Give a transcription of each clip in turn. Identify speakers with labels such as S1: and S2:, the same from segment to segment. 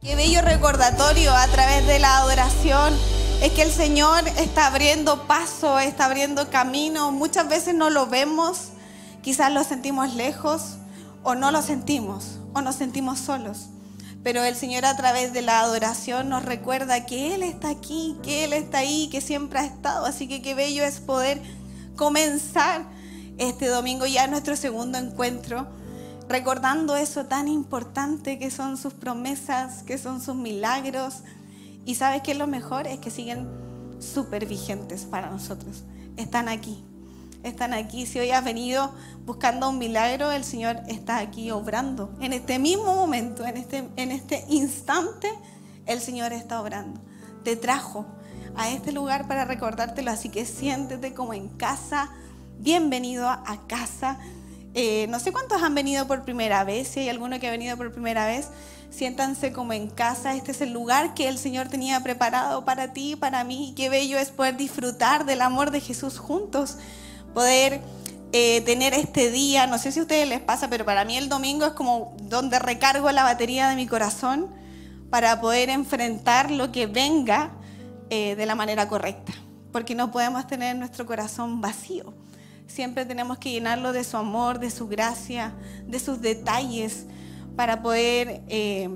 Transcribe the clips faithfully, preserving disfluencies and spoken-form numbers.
S1: Qué bello recordatorio a través de la adoración es que el Señor está abriendo paso, está abriendo camino. Muchas veces no lo vemos, quizás lo sentimos lejos o no lo sentimos o nos sentimos solos. Pero el Señor a través de la adoración nos recuerda que Él está aquí, que Él está ahí, que siempre ha estado. Así que qué bello es poder comenzar este domingo ya nuestro segundo encuentro, recordando eso tan importante que son sus promesas, que son sus milagros. Y ¿sabes qué es lo mejor? Es que siguen súper vigentes para nosotros. Están aquí, están aquí. Si hoy has venido buscando un milagro, el Señor está aquí obrando. En este mismo momento, en este, en este instante, el Señor está obrando. Te trajo a este lugar para recordártelo, así que siéntete como en casa. Bienvenido a casa. Eh, no sé cuántos han venido por primera vez. Si hay alguno que ha venido por primera vez, siéntanse como en casa. Este es el lugar que el Señor tenía preparado para ti, para mí. Qué bello es poder disfrutar del amor de Jesús juntos, poder eh, tener este día. No sé si a ustedes les pasa, pero para mí el domingo es como donde recargo la batería de mi corazón para poder enfrentar lo que venga eh, de la manera correcta, porque no podemos tener nuestro corazón vacío. Siempre tenemos que llenarlo de su amor, de su gracia, de sus detalles, para poder eh,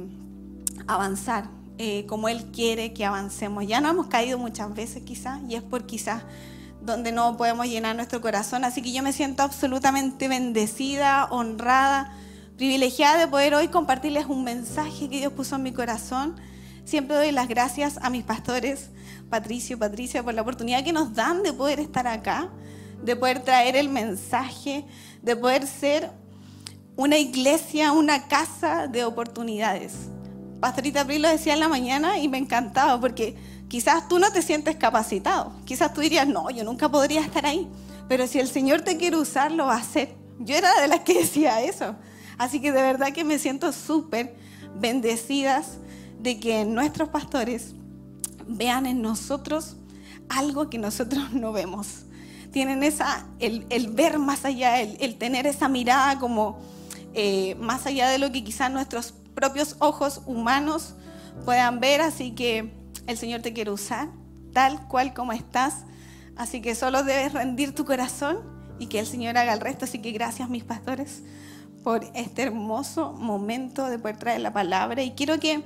S1: avanzar eh, como Él quiere que avancemos. Ya no hemos caído muchas veces quizás, y es por quizás donde no podemos llenar nuestro corazón. Así que yo me siento absolutamente bendecida, honrada, privilegiada de poder hoy compartirles un mensaje que Dios puso en mi corazón. Siempre doy las gracias a mis pastores, Patricio, Patricia, por la oportunidad que nos dan de poder estar acá, de poder traer el mensaje, de poder ser una iglesia, una casa de oportunidades. Pastorita Abril lo decía en la mañana y me encantaba, porque quizás tú no te sientes capacitado. Quizás tú dirías, no, yo nunca podría estar ahí. Pero si el Señor te quiere usar, lo va a hacer. Yo era de las que decía eso. Así que de verdad que me siento súper bendecidas de que nuestros pastores vean en nosotros algo que nosotros no vemos. Tienen esa, el, el ver más allá, el, el tener esa mirada como eh, más allá de lo que quizás nuestros propios ojos humanos puedan ver. Así que el Señor te quiere usar tal cual como estás. Así que solo debes rendir tu corazón y que el Señor haga el resto. Así que gracias, mis pastores, por este hermoso momento de poder traer la palabra. Y quiero que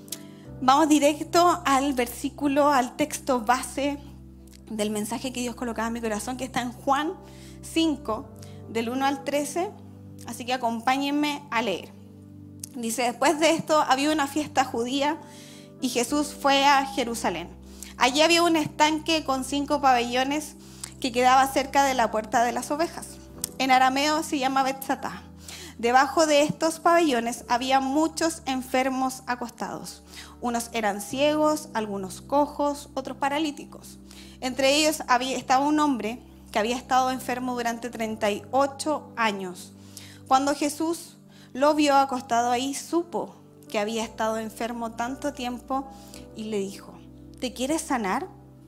S1: vamos directo al versículo, al texto base del mensaje que Dios colocaba en mi corazón, que está en Juan cinco, del uno al trece. Así que acompáñenme a leer. Dice: después de esto había una fiesta judía y Jesús fue a Jerusalén. Allí había un estanque con cinco pabellones que quedaba cerca de la puerta de las ovejas. En arameo se llama Betzatá. Debajo de estos pabellones había muchos enfermos acostados. Unos eran ciegos, algunos cojos, otros paralíticos. Entre ellos había, estaba un hombre que había estado enfermo durante treinta y ocho años. Cuando Jesús lo vio acostado ahí, supo que había estado enfermo tanto tiempo y le dijo: ¿te quieres sanar?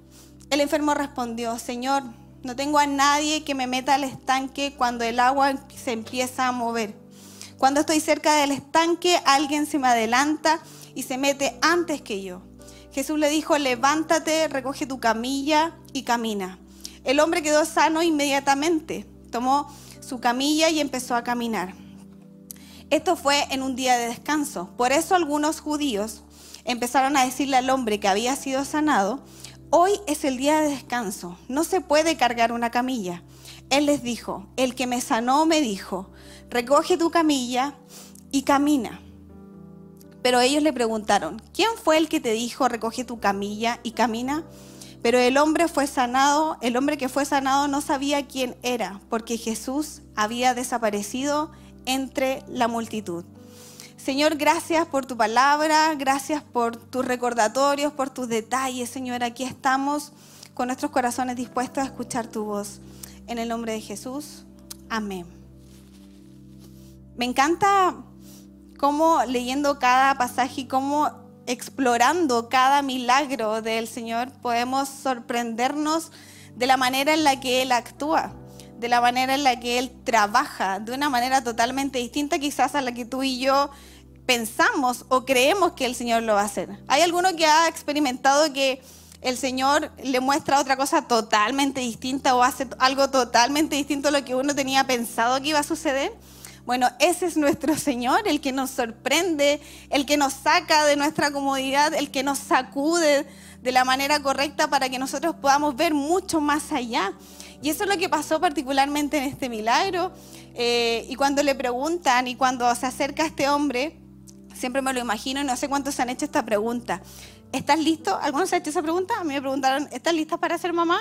S1: El enfermo respondió: Señor, no tengo a nadie que me meta al estanque cuando el agua se empieza a mover. Cuando estoy cerca del estanque, alguien se me adelanta y se mete antes que yo. Jesús le dijo: levántate, recoge tu camilla y camina. El hombre quedó sano inmediatamente. Tomó su camilla y empezó a caminar. Esto fue en un día de descanso. Por eso algunos judíos empezaron a decirle al hombre que había sido sanado: hoy es el día de descanso, no se puede cargar una camilla. Él les dijo: el que me sanó me dijo, recoge tu camilla y camina. Pero ellos le preguntaron: ¿quién fue el que te dijo, recoge tu camilla y camina? Pero el hombre fue sanado, el hombre que fue sanado no sabía quién era, porque Jesús había desaparecido entre la multitud. Señor, gracias por tu palabra, gracias por tus recordatorios, por tus detalles. Señor, aquí estamos con nuestros corazones dispuestos a escuchar tu voz. En el nombre de Jesús, amén. Me encanta cómo leyendo cada pasaje y cómo explorando cada milagro del Señor podemos sorprendernos de la manera en la que Él actúa, de la manera en la que Él trabaja, de una manera totalmente distinta quizás a la que tú y yo pensamos o creemos que el Señor lo va a hacer. ¿Hay alguno que ha experimentado que el Señor le muestra otra cosa totalmente distinta o hace algo totalmente distinto a lo que uno tenía pensado que iba a suceder? Bueno, ese es nuestro Señor, el que nos sorprende, el que nos saca de nuestra comodidad, el que nos sacude de la manera correcta para que nosotros podamos ver mucho más allá. Y eso es lo que pasó particularmente en este milagro. Eh, y cuando le preguntan y cuando se acerca a este hombre, siempre me lo imagino y no sé cuántos se han hecho esta pregunta. ¿Estás listo? ¿Algunos se han hecho esa pregunta? A mí me preguntaron, ¿estás lista para ser mamá?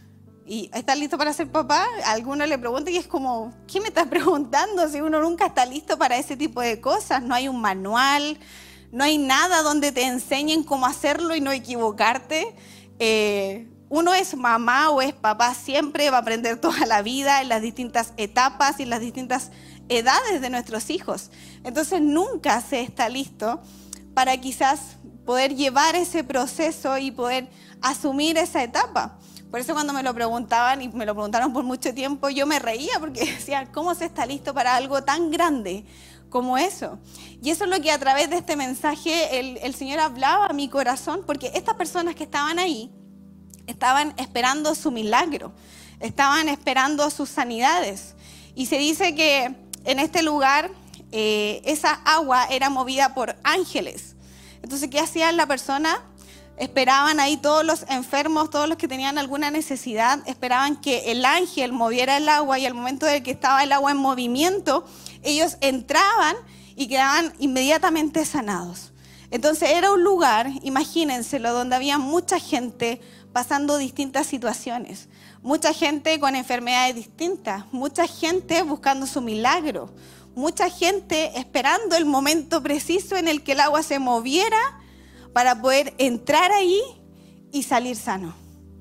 S1: ¿Y estás listo para ser papá? A alguno le pregunta y es como, ¿qué me estás preguntando? Si uno nunca está listo para ese tipo de cosas. No hay un manual, no hay nada donde te enseñen cómo hacerlo y no equivocarte. Eh, uno es mamá o es papá, siempre va a aprender toda la vida en las distintas etapas y en las distintas edades de nuestros hijos. Entonces nunca se está listo para quizás poder llevar ese proceso y poder asumir esa etapa. Por eso cuando me lo preguntaban, y me lo preguntaron por mucho tiempo, yo me reía porque decía, ¿cómo se está listo para algo tan grande como eso? Y eso es lo que a través de este mensaje el, el Señor hablaba a mi corazón, porque estas personas que estaban ahí estaban esperando su milagro, estaban esperando sus sanidades. Y se dice que en este lugar eh, esa agua era movida por ángeles. Entonces, ¿qué hacían la persona? Esperaban ahí todos los enfermos, todos los que tenían alguna necesidad, esperaban que el ángel moviera el agua y al momento de que estaba el agua en movimiento, ellos entraban y quedaban inmediatamente sanados. Entonces era un lugar, imagínenselo, donde había mucha gente pasando distintas situaciones, mucha gente con enfermedades distintas, mucha gente buscando su milagro, mucha gente esperando el momento preciso en el que el agua se moviera para poder entrar ahí y salir sano.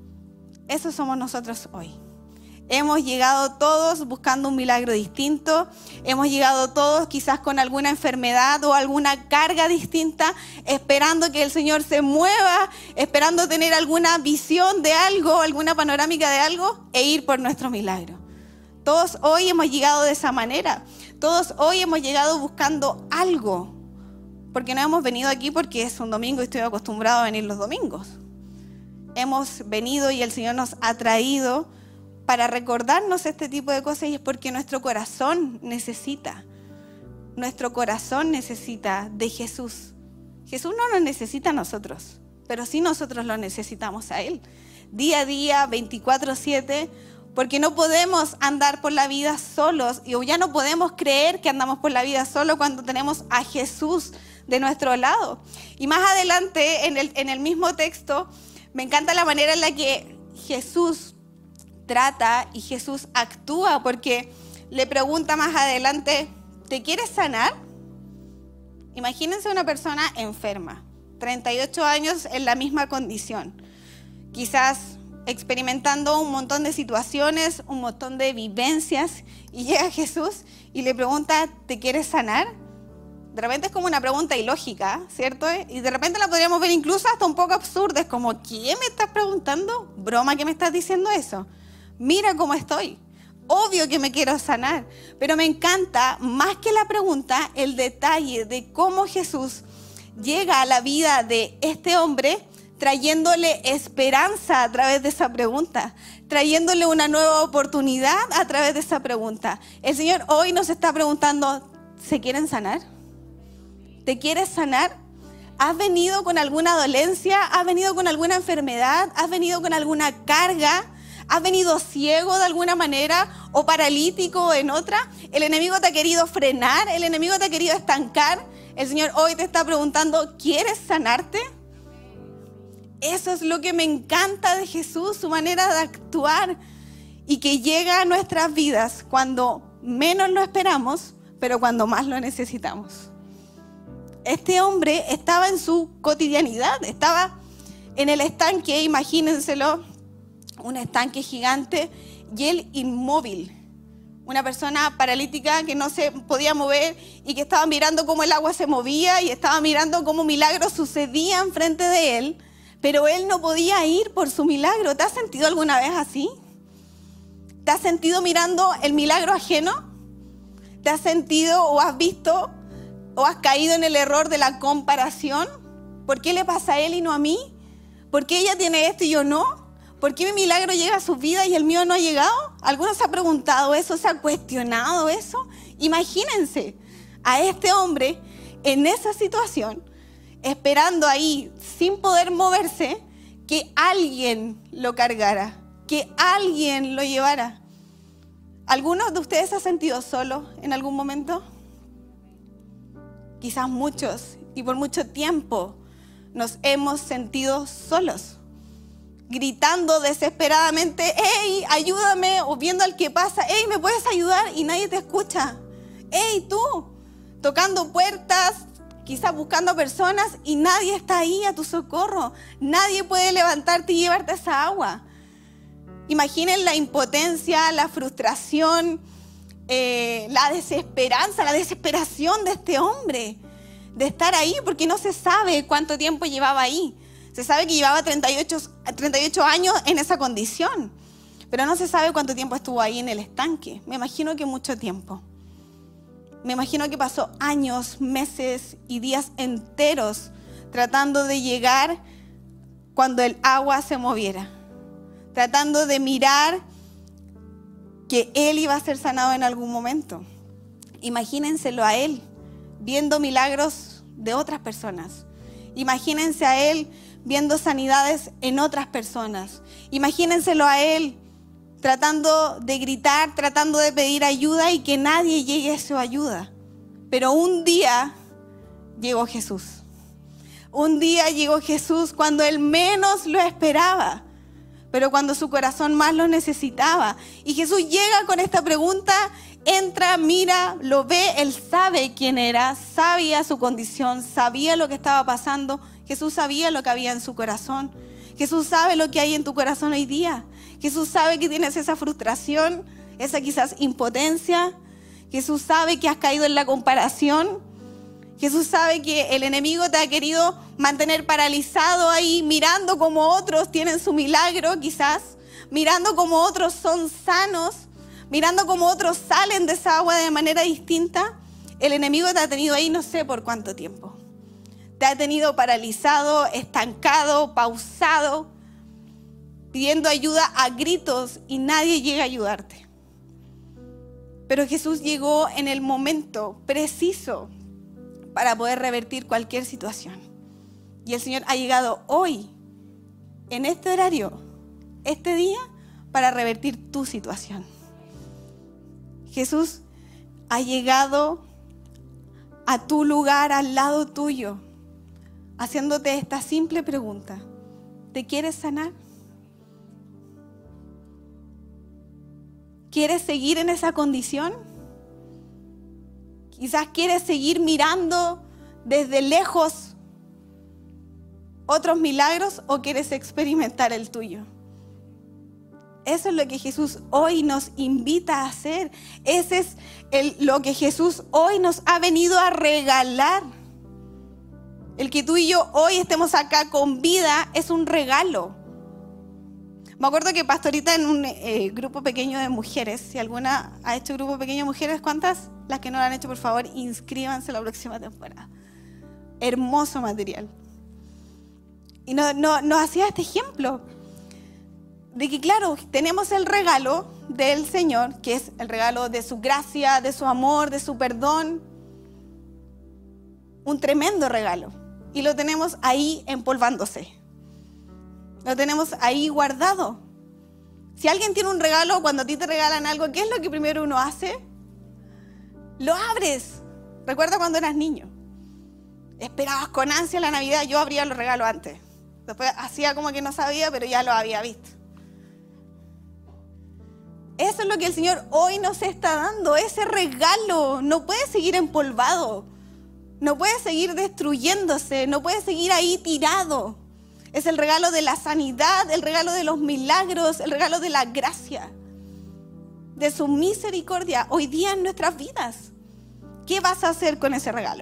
S1: Eso somos nosotros hoy. Hemos llegado todos buscando un milagro distinto, hemos llegado todos quizás con alguna enfermedad o alguna carga distinta, esperando que el Señor se mueva, esperando tener alguna visión de algo, alguna panorámica de algo e ir por nuestro milagro. Todos hoy hemos llegado de esa manera, todos hoy hemos llegado buscando algo. Porque no hemos venido aquí porque es un domingo y estoy acostumbrado a venir los domingos. Hemos venido y el Señor nos ha traído para recordarnos este tipo de cosas y es porque nuestro corazón necesita. Nuestro corazón necesita de Jesús. Jesús no nos necesita a nosotros, pero sí nosotros lo necesitamos a Él. Día a día, veinticuatro siete, porque no podemos andar por la vida solos y ya no podemos creer que andamos por la vida solos cuando tenemos a Jesús de nuestro lado. Y más adelante, en el, en el mismo texto, me encanta la manera en la que Jesús trata y Jesús actúa, porque le pregunta más adelante, ¿te quieres sanar? Imagínense una persona enferma, treinta y ocho años en la misma condición, quizás experimentando un montón de situaciones, un montón de vivencias, y llega Jesús y le pregunta, ¿te quieres sanar? De repente es como una pregunta ilógica, ¿cierto? Y de repente la podríamos ver incluso hasta un poco absurda. Es como, ¿qué me estás preguntando? ¿Broma que me estás diciendo eso? Mira cómo estoy. Obvio que me quiero sanar. Pero me encanta, más que la pregunta, el detalle de cómo Jesús llega a la vida de este hombre trayéndole esperanza a través de esa pregunta, trayéndole una nueva oportunidad a través de esa pregunta. El Señor hoy nos está preguntando, ¿se quieren sanar? ¿Te quieres sanar? ¿Has venido con alguna dolencia? ¿Has venido con alguna enfermedad? ¿Has venido con alguna carga? ¿Has venido ciego de alguna manera o paralítico en otra? ¿El enemigo te ha querido frenar? ¿El enemigo te ha querido estancar? El Señor hoy te está preguntando, ¿quieres sanarte? Eso es lo que me encanta de Jesús, su manera de actuar y que llega a nuestras vidas cuando menos lo esperamos, pero cuando más lo necesitamos. Este hombre estaba en su cotidianidad, estaba en el estanque, imagínenselo, un estanque gigante y él inmóvil. Una persona paralítica que no se podía mover y que estaba mirando cómo el agua se movía y estaba mirando cómo milagros sucedían frente de él, pero él no podía ir por su milagro. ¿Te has sentido alguna vez así? ¿Te has sentido mirando el milagro ajeno? ¿Te has sentido o has visto ¿O has caído en el error de la comparación? ¿Por qué le pasa a él y no a mí? ¿Por qué ella tiene esto y yo no? ¿Por qué mi milagro llega a su vida y el mío no ha llegado? ¿Alguno se ha preguntado eso? ¿Se ha cuestionado eso? Imagínense a este hombre en esa situación, esperando ahí, sin poder moverse, que alguien lo cargara, que alguien lo llevara. ¿Algunos de ustedes se han sentido solos en algún momento? Quizás muchos, y por mucho tiempo nos hemos sentido solos, gritando desesperadamente, ¡hey, ayúdame! O viendo al que pasa, ¡hey, ¿me puedes ayudar? Y nadie te escucha. ¡Hey, tú! Tocando puertas, quizás buscando personas y nadie está ahí a tu socorro. Nadie puede levantarte y llevarte esa agua. Imaginen la impotencia, la frustración, eh, la desesperanza, la desesperación de este hombre de estar ahí porque no se sabe cuánto tiempo llevaba ahí. Se sabe que llevaba treinta y ocho años en esa condición, pero no se sabe cuánto tiempo estuvo ahí en el estanque. Me imagino que mucho tiempo. Me imagino que pasó años, meses y días enteros tratando de llegar cuando el agua se moviera, tratando de mirar que él iba a ser sanado en algún momento. Imagínenselo a él viendo milagros de otras personas. Imagínense a él viendo sanidades en otras personas. Imagínenselo a él tratando de gritar, tratando de pedir ayuda y que nadie llegue a su ayuda. Pero un día llegó Jesús. Un día llegó Jesús cuando él menos lo esperaba, pero cuando su corazón más lo necesitaba. Y Jesús llega con esta pregunta, entra, mira, lo ve, él sabe quién era, sabía su condición, sabía lo que estaba pasando. Jesús sabía lo que había en su corazón. Jesús sabe lo que hay en tu corazón hoy día. Jesús sabe que tienes esa frustración, esa quizás impotencia. Jesús sabe que has caído en la comparación. Jesús sabe que el enemigo te ha querido mantener paralizado ahí, mirando como otros tienen su milagro quizás, mirando como otros son sanos, mirando como otros salen de esa agua de manera distinta. El enemigo te ha tenido ahí no sé por cuánto tiempo. Te ha tenido paralizado, estancado, pausado, pidiendo ayuda a gritos y nadie llega a ayudarte. Pero Jesús llegó en el momento preciso para poder revertir cualquier situación. Y el Señor ha llegado hoy, en este horario, este día, para revertir tu situación. Jesús ha llegado a tu lugar, al lado tuyo, haciéndote esta simple pregunta. ¿Te quieres sanar? ¿Quieres seguir en esa condición? Quizás quieres seguir mirando desde lejos otros milagros o quieres experimentar el tuyo. Eso es lo que Jesús hoy nos invita a hacer. Ese es el, lo que Jesús hoy nos ha venido a regalar. El que tú y yo hoy estemos acá con vida es un regalo. Me acuerdo que pastorita en un eh, grupo pequeño de mujeres, si alguna ha hecho grupo pequeño de mujeres, ¿cuántas? Las que no lo han hecho, por favor, inscríbanse la próxima temporada. Hermoso material. Y no, no, nos hacía este ejemplo de que, claro, tenemos el regalo del Señor, que es el regalo de su gracia, de su amor, de su perdón. Un tremendo regalo. Y lo tenemos ahí empolvándose. Lo tenemos ahí guardado. Si alguien tiene un regalo, cuando a ti te regalan algo, ¿qué es lo que primero uno hace? Lo abres. Recuerda cuando eras niño. Esperabas con ansia la Navidad. Yo abría los regalos antes. Después hacía como que no sabía, pero ya lo había visto. Eso es lo que el Señor hoy nos está dando. Ese regalo no puede seguir empolvado. No puede seguir destruyéndose. No puede seguir ahí tirado. Es el regalo de la sanidad, el regalo de los milagros, el regalo de la gracia, de su misericordia hoy día en nuestras vidas. ¿Qué vas a hacer con ese regalo?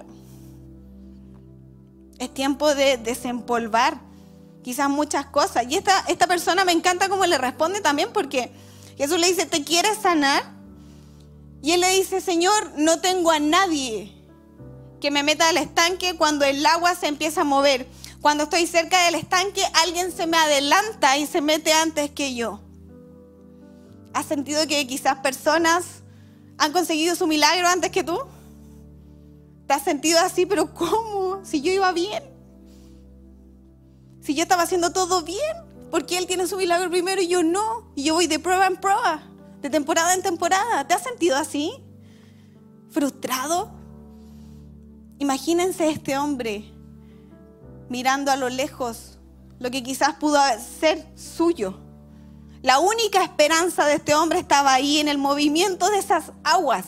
S1: Es tiempo de desempolvar quizás muchas cosas. Y esta, esta persona me encanta cómo le responde también, porque Jesús le dice, ¿te quieres sanar? Y él le dice, Señor, no tengo a nadie que me meta al estanque cuando el agua se empieza a mover. Cuando estoy cerca del estanque, alguien se me adelanta y se mete antes que yo. ¿Has sentido que quizás personas han conseguido su milagro antes que tú? ¿Te has sentido así? ¿Pero cómo? Si yo iba bien. Si yo estaba haciendo todo bien. ¿Por qué él tiene su milagro primero y yo no? Y yo voy de prueba en prueba, de temporada en temporada. ¿Te has sentido así? ¿Frustrado? Imagínense este hombre mirando a lo lejos lo que quizás pudo ser suyo. La única esperanza de este hombre estaba ahí en el movimiento de esas aguas.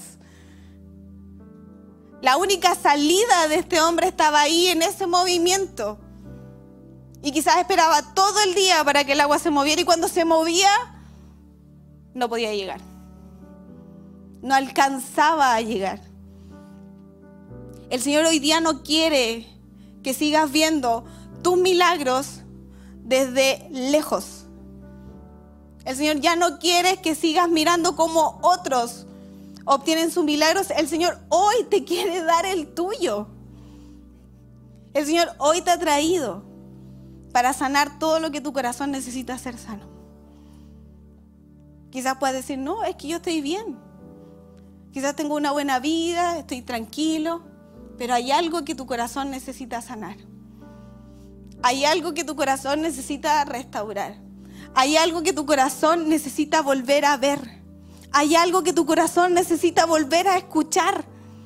S1: La única salida de este hombre estaba ahí en ese movimiento. Y quizás esperaba todo el día para que el agua se moviera y cuando se movía no podía llegar. No alcanzaba a llegar. El Señor hoy día no quiere que sigas viendo tus milagros desde lejos. El Señor ya no quiere que sigas mirando cómo otros obtienen sus milagros. El Señor hoy te quiere dar el tuyo. El Señor hoy te ha traído para sanar todo lo que tu corazón necesita ser sano. Quizás puedas decir, no, es que yo estoy bien. Quizás tengo una buena vida, estoy tranquilo, pero hay algo que tu corazón necesita sanar. Hay algo que tu corazón necesita restaurar. Hay algo que tu corazón necesita volver a ver. Hay algo que tu corazón necesita volver a escuchar.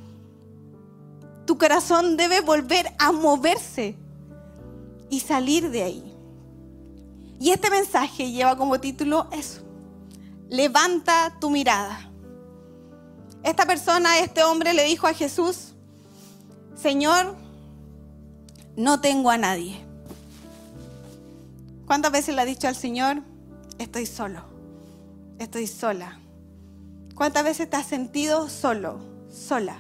S1: Tu corazón debe volver a moverse y salir de ahí. Y este mensaje lleva como título eso: levanta tu mirada. Esta persona, este hombre le dijo a Jesús, Señor, no tengo a nadie. ¿Cuántas veces le ha dicho al Señor, estoy solo, estoy sola? ¿Cuántas veces te has sentido solo, sola?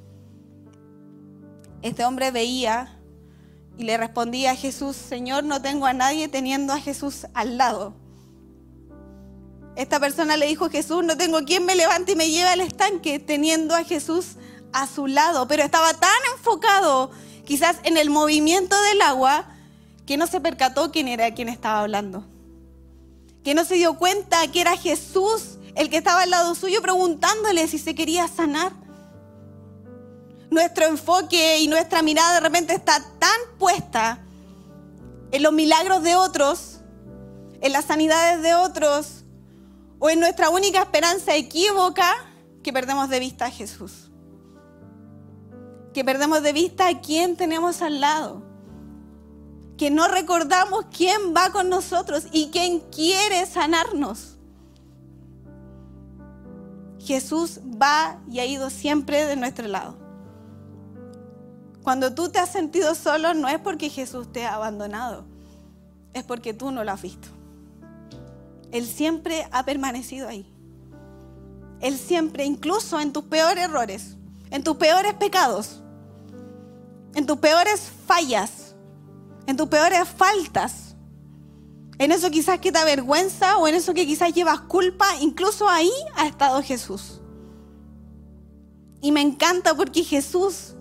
S1: Este hombre veía y le respondía a Jesús, Señor, no tengo a nadie, teniendo a Jesús al lado. Esta persona le dijo a Jesús, no tengo quien me levante y me lleve al estanque, teniendo a Jesús a su lado. Pero estaba tan enfocado quizás en el movimiento del agua que no se percató quién era quien estaba hablando. Que no se dio cuenta que era Jesús el que estaba al lado suyo preguntándole si se quería sanar. Nuestro enfoque y nuestra mirada de repente está tan puesta en los milagros de otros, en las sanidades de otros, o en nuestra única esperanza equívoca, que perdemos de vista a Jesús. Que perdemos de vista a quién tenemos al lado. Que no recordamos quién va con nosotros y quién quiere sanarnos. Jesús va y ha ido siempre de nuestro lado. Cuando tú te has sentido solo, no es porque Jesús te ha abandonado, es porque tú no lo has visto. Él siempre ha permanecido ahí. Él siempre, incluso en tus peores errores, en tus peores pecados, en tus peores fallas, en tus peores faltas, en eso quizás que te avergüenza o en eso que quizás llevas culpa, incluso ahí ha estado Jesús. Y me encanta porque Jesús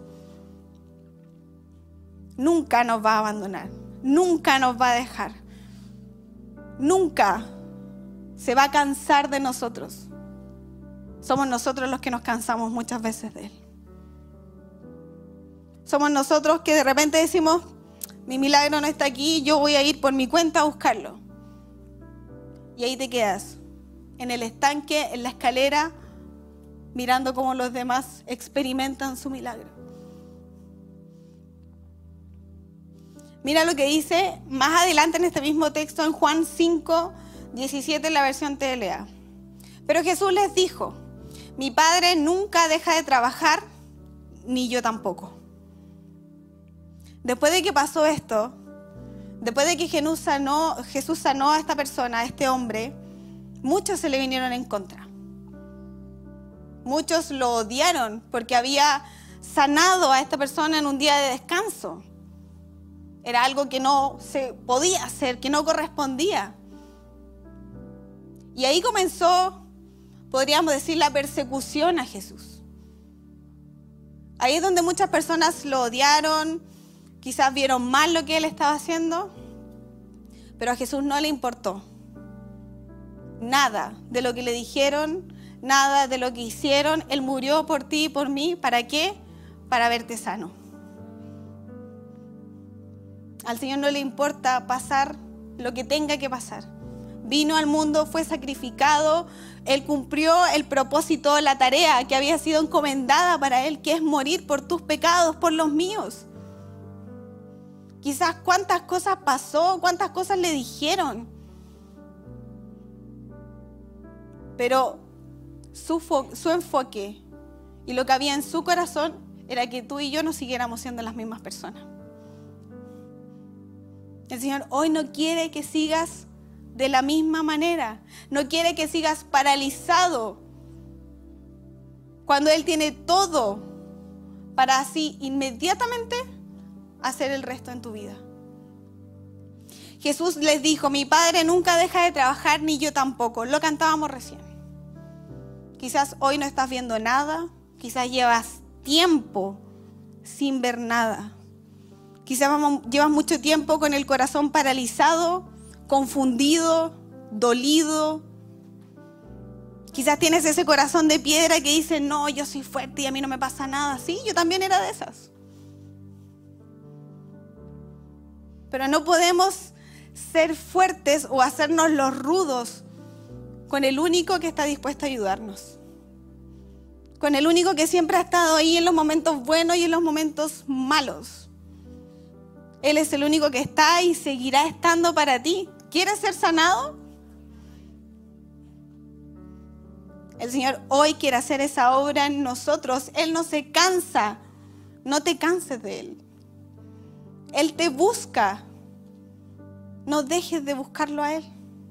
S1: nunca nos va a abandonar, nunca nos va a dejar, nunca se va a cansar de nosotros. Somos nosotros los que nos cansamos muchas veces de Él. Somos nosotros que de repente decimos, mi milagro no está aquí, yo voy a ir por mi cuenta a buscarlo. Y ahí te quedas, en el estanque, en la escalera, mirando cómo los demás experimentan su milagro. Mira lo que dice más adelante en este mismo texto, en Juan cinco, diecisiete, en la versión T L A. Pero Jesús les dijo, mi Padre nunca deja de trabajar, ni yo tampoco. Después de que pasó esto, después de que Jesús sanó, Jesús sanó a esta persona, a este hombre, muchos se le vinieron en contra. Muchos lo odiaron porque había sanado a esta persona en un día de descanso. Era algo que no se podía hacer, que no correspondía. Y ahí comenzó, podríamos decir, la persecución a Jesús. Ahí es donde muchas personas lo odiaron, quizás vieron mal lo que él estaba haciendo, pero a Jesús no le importó nada de lo que le dijeron, nada de lo que hicieron. Él murió por ti y por mí. ¿Para qué? Para verte sano. Al Señor no le importa pasar lo que tenga que pasar. Vino al mundo, fue sacrificado, Él cumplió el propósito, la tarea que había sido encomendada para Él, que es morir por tus pecados, por los míos. Quizás cuántas cosas pasó, cuántas cosas le dijeron. Pero su, fo- su enfoque y lo que había en su corazón era que tú y yo no siguiéramos siendo las mismas personas. El Señor hoy no quiere que sigas de la misma manera. No quiere que sigas paralizado cuando Él tiene todo para así inmediatamente hacer el resto en tu vida. Jesús les dijo: mi Padre nunca deja de trabajar, ni yo tampoco. Lo cantábamos recién. Quizás hoy no estás viendo nada, quizás llevas tiempo sin ver nada. Quizás llevas mucho tiempo con el corazón paralizado, confundido, dolido. Quizás tienes ese corazón de piedra que dice: no, yo soy fuerte y a mí no me pasa nada. Sí, yo también era de esas. Pero no podemos ser fuertes o hacernos los rudos con el único que está dispuesto a ayudarnos. Con el único que siempre ha estado ahí en los momentos buenos y en los momentos malos. Él es el único que está y seguirá estando para ti. ¿Quieres ser sanado? El Señor hoy quiere hacer esa obra en nosotros. Él no se cansa. No te canses de Él. Él te busca. No dejes de buscarlo a Él.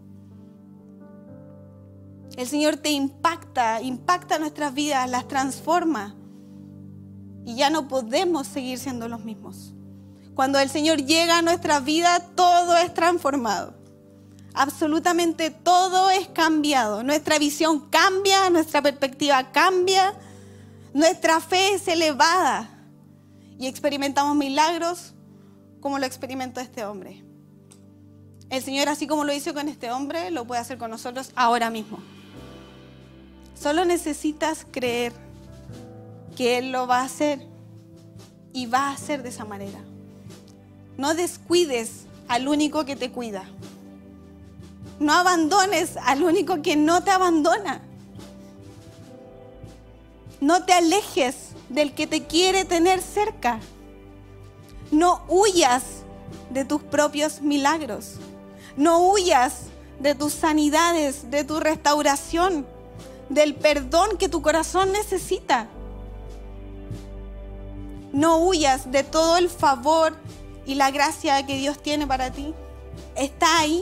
S1: El Señor te impacta, impacta nuestras vidas, las transforma. Y ya no podemos seguir siendo los mismos. Cuando el Señor llega a nuestra vida, todo es transformado. Absolutamente todo es cambiado. Nuestra visión cambia, nuestra perspectiva cambia, nuestra fe es elevada. Y experimentamos milagros como lo experimentó este hombre. El Señor, así como lo hizo con este hombre, lo puede hacer con nosotros ahora mismo. Solo necesitas creer que Él lo va a hacer y va a hacer de esa manera. No descuides al único que te cuida. No abandones al único que no te abandona. No te alejes del que te quiere tener cerca. No huyas de tus propios milagros. No huyas de tus sanidades, de tu restauración, del perdón que tu corazón necesita. No huyas de todo el favor y la gracia que Dios tiene para ti. Está ahí.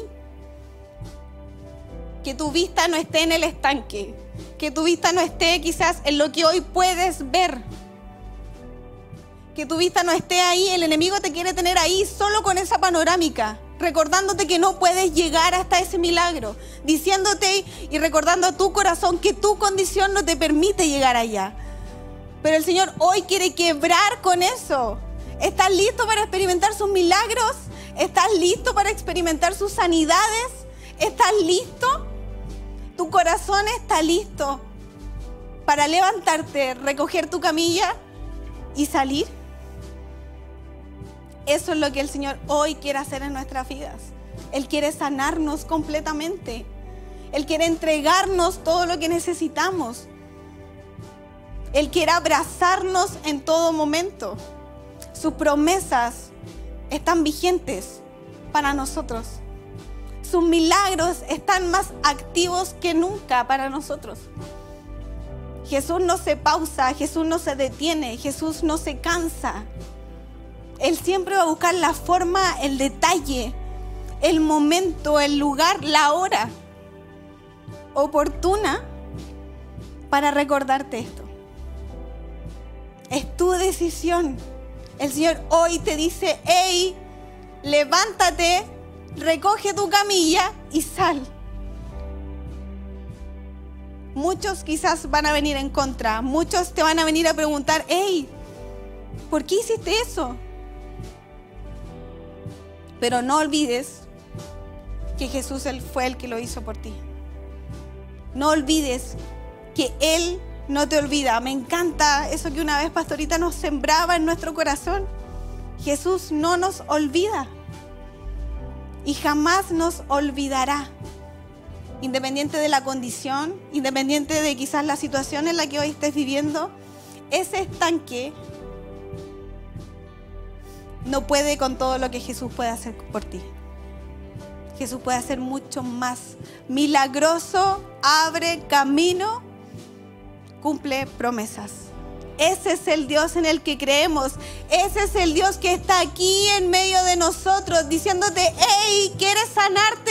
S1: Que tu vista no esté en el estanque. Que tu vista no esté quizás en lo que hoy puedes ver. Que tu vista no esté ahí. El enemigo te quiere tener ahí solo con esa panorámica, recordándote que no puedes llegar hasta ese milagro, diciéndote y recordando a tu corazón que tu condición no te permite llegar allá. Pero el Señor hoy quiere quebrar con eso. ¿Estás listo para experimentar sus milagros? ¿Estás listo para experimentar sus sanidades? ¿Estás listo? ¿Tu corazón está listo para levantarte, recoger tu camilla y salir? Eso es lo que el Señor hoy quiere hacer en nuestras vidas. Él quiere sanarnos completamente. Él quiere entregarnos todo lo que necesitamos. Él quiere abrazarnos en todo momento. Sus promesas están vigentes para nosotros. Sus milagros están más activos que nunca para nosotros. Jesús no se pausa, Jesús no se detiene, Jesús no se cansa. Él siempre va a buscar la forma, el detalle, el momento, el lugar, la hora oportuna para recordarte esto. Es tu decisión. El Señor hoy te dice: hey, levántate, recoge tu camilla y sal. Muchos quizás van a venir en contra, muchos te van a venir a preguntar: hey, ¿Por qué hiciste eso? Pero no olvides que Jesús él fue el que lo hizo por ti. No olvides que Él no te olvida. Me encanta eso que una vez Pastorita nos sembraba en nuestro corazón. Jesús no nos olvida y jamás nos olvidará. Independiente de la condición, independiente de quizás la situación en la que hoy estés viviendo, ese estanque no puede con todo lo que Jesús puede hacer por ti. Jesús puede hacer mucho más. Milagroso, abre camino, cumple promesas. Ese es el Dios en el que creemos. Ese es el Dios que está aquí en medio de nosotros, diciéndote, hey, ¿quieres sanarte?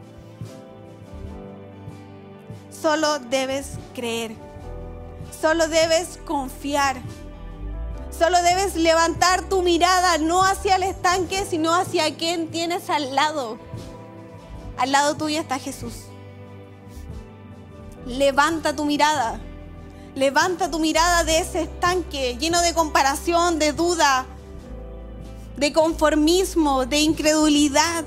S1: Solo debes creer. Solo debes confiar. Solo debes levantar tu mirada, no hacia el estanque, sino hacia quien tienes al lado. Al lado tuyo está Jesús. Levanta tu mirada. Levanta tu mirada de ese estanque lleno de comparación, de duda, de conformismo, de incredulidad.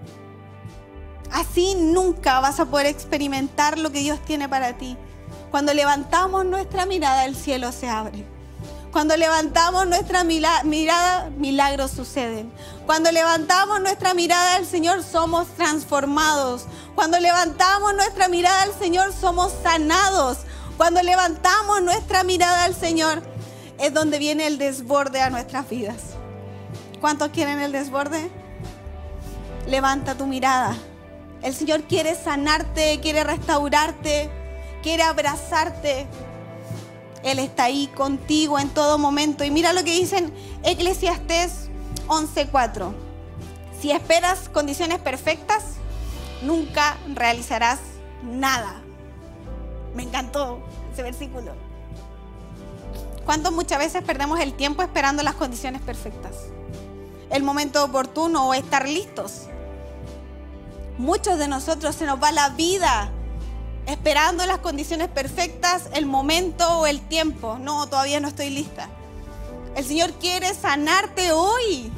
S1: Así nunca vas a poder experimentar lo que Dios tiene para ti. Cuando levantamos nuestra mirada, el cielo se abre. Cuando levantamos nuestra mila- mirada, milagros suceden. Cuando levantamos nuestra mirada al Señor, somos transformados. Cuando levantamos nuestra mirada al Señor, somos sanados. Cuando levantamos nuestra mirada al Señor, es donde viene el desborde a nuestras vidas. ¿Cuántos quieren el desborde? Levanta tu mirada. El Señor quiere sanarte, quiere restaurarte, quiere abrazarte. Él está ahí contigo en todo momento. Y mira lo que dice en Eclesiastés once cuatro. Si esperas condiciones perfectas, nunca realizarás nada. Me encantó ese versículo. ¿Cuántos muchas veces perdemos el tiempo esperando las condiciones perfectas? El momento oportuno o estar listos. Muchos de nosotros se nos va la vida esperando las condiciones perfectas, el momento o el tiempo. No, todavía no estoy lista. El Señor quiere sanarte hoy.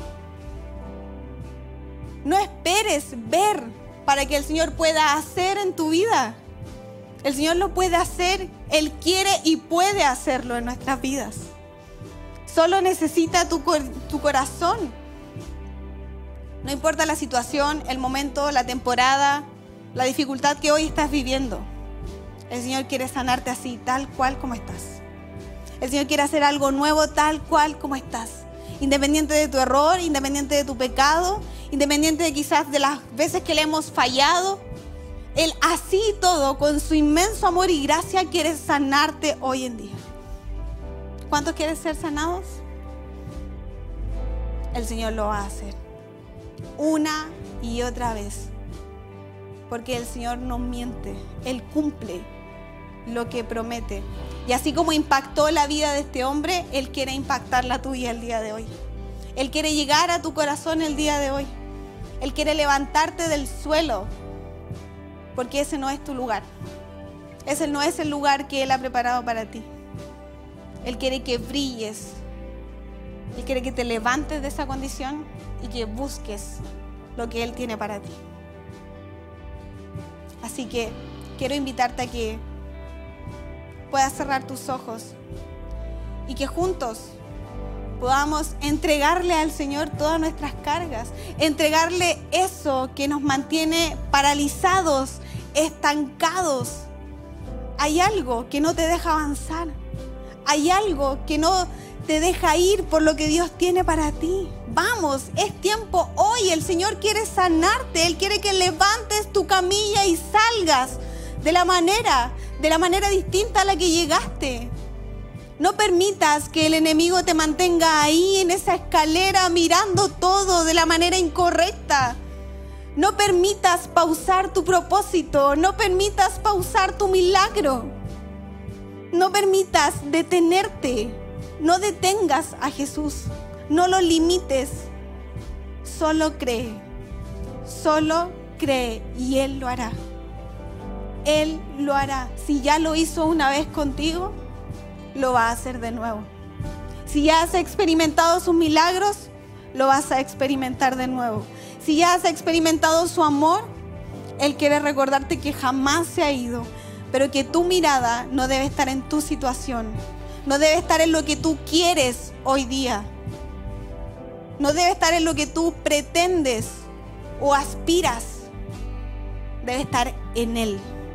S1: No esperes ver para que el Señor pueda hacer en tu vida. El Señor lo puede hacer. Él quiere y puede hacerlo en nuestras vidas. Solo necesita tu, tu corazón. No importa la situación, el momento, la temporada, la dificultad que hoy estás viviendo. El Señor quiere sanarte así, tal cual como estás. El Señor quiere hacer algo nuevo tal cual como estás. Independiente de tu error, independiente de tu pecado, independiente de quizás de las veces que le hemos fallado. Él así todo, con su inmenso amor y gracia, quiere sanarte hoy en día. ¿Cuántos quieren ser sanados? El Señor lo va a hacer. Una y otra vez. Porque el Señor no miente. Él cumple lo que promete. Y así como impactó la vida de este hombre, Él quiere impactar la tuya el día de hoy. Él quiere llegar a tu corazón el día de hoy. Él quiere levantarte del suelo. Porque ese no es tu lugar. Ese no es el lugar que Él ha preparado para ti. Él quiere que brilles. Él quiere que te levantes de esa condición y que busques lo que Él tiene para ti. Así que quiero invitarte a que puedas cerrar tus ojos y que juntos podamos entregarle al Señor todas nuestras cargas, entregarle eso que nos mantiene paralizados, estancados. Hay algo que no te deja avanzar, hay algo que no te deja ir por lo que Dios tiene para ti. Vamos, es tiempo hoy. El Señor quiere sanarte. Él quiere que levantes tu camilla y salgas de la manera, de la manera distinta a la que llegaste. No permitas que el enemigo te mantenga ahí en esa escalera mirando todo de la manera incorrecta. No permitas pausar tu propósito. No permitas pausar tu milagro. No permitas detenerte. No detengas a Jesús, no lo limites, solo cree, solo cree y Él lo hará. Él lo hará. Si ya lo hizo una vez contigo, lo va a hacer de nuevo. Si ya has experimentado sus milagros, lo vas a experimentar de nuevo. Si ya has experimentado su amor, Él quiere recordarte que jamás se ha ido, pero que tu mirada no debe estar en tu situación, no debe estar en lo que tú quieres hoy día, no debe estar en lo que tú pretendes o aspiras, debe estar en Él.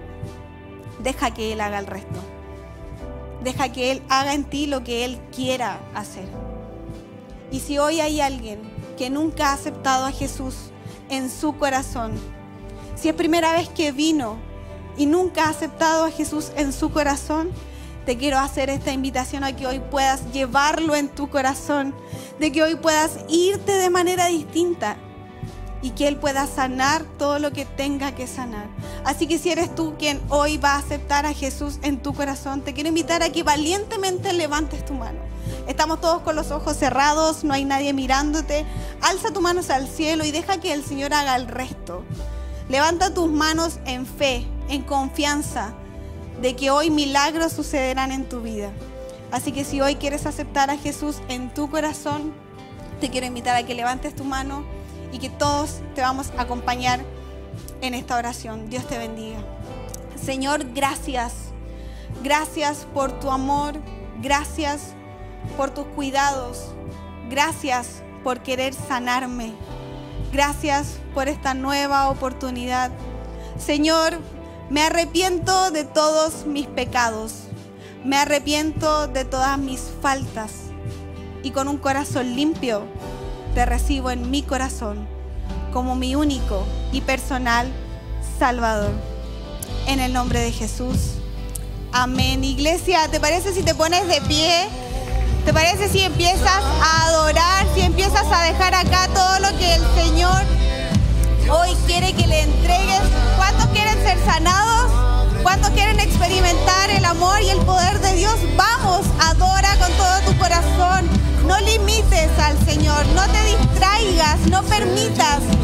S1: Deja que Él haga el resto. Deja que Él haga en ti lo que Él quiera hacer. Y si hoy hay alguien que nunca ha aceptado a Jesús en su corazón, si es primera vez que vino y nunca ha aceptado a Jesús en su corazón, te quiero hacer esta invitación a que hoy puedas llevarlo en tu corazón, de que hoy puedas irte de manera distinta y que Él pueda sanar todo lo que tenga que sanar. Así que si eres tú quien hoy va a aceptar a Jesús en tu corazón, te quiero invitar a que valientemente levantes tu mano. Estamos todos con los ojos cerrados, no hay nadie mirándote. Alza tus manos al cielo y deja que el Señor haga el resto. Levanta tus manos en fe, en confianza de que hoy milagros sucederán en tu vida. Así que si hoy quieres aceptar a Jesús en tu corazón, te quiero invitar a que levantes tu mano y que todos te vamos a acompañar en esta oración. Dios te bendiga. Señor, gracias. Gracias por tu amor. Gracias por tus cuidados. Gracias por querer sanarme. Gracias por esta nueva oportunidad. Señor, me arrepiento de todos mis pecados. Me arrepiento de todas mis faltas. Y con un corazón limpio, te recibo en mi corazón como mi único y personal Salvador. En el nombre de Jesús. Amén. Iglesia, ¿te parece si te pones de pie? ¿Te parece si empiezas a adorar? Si empiezas a dejar acá todo lo que el Señor hoy quiere que le entregues. ¿Cuántos quieren ser sanados? ¿Cuántos quieren experimentar el amor y el poder de Dios? Vamos, adora con todo tu corazón. No limites al Señor, no te distraigas, no permitas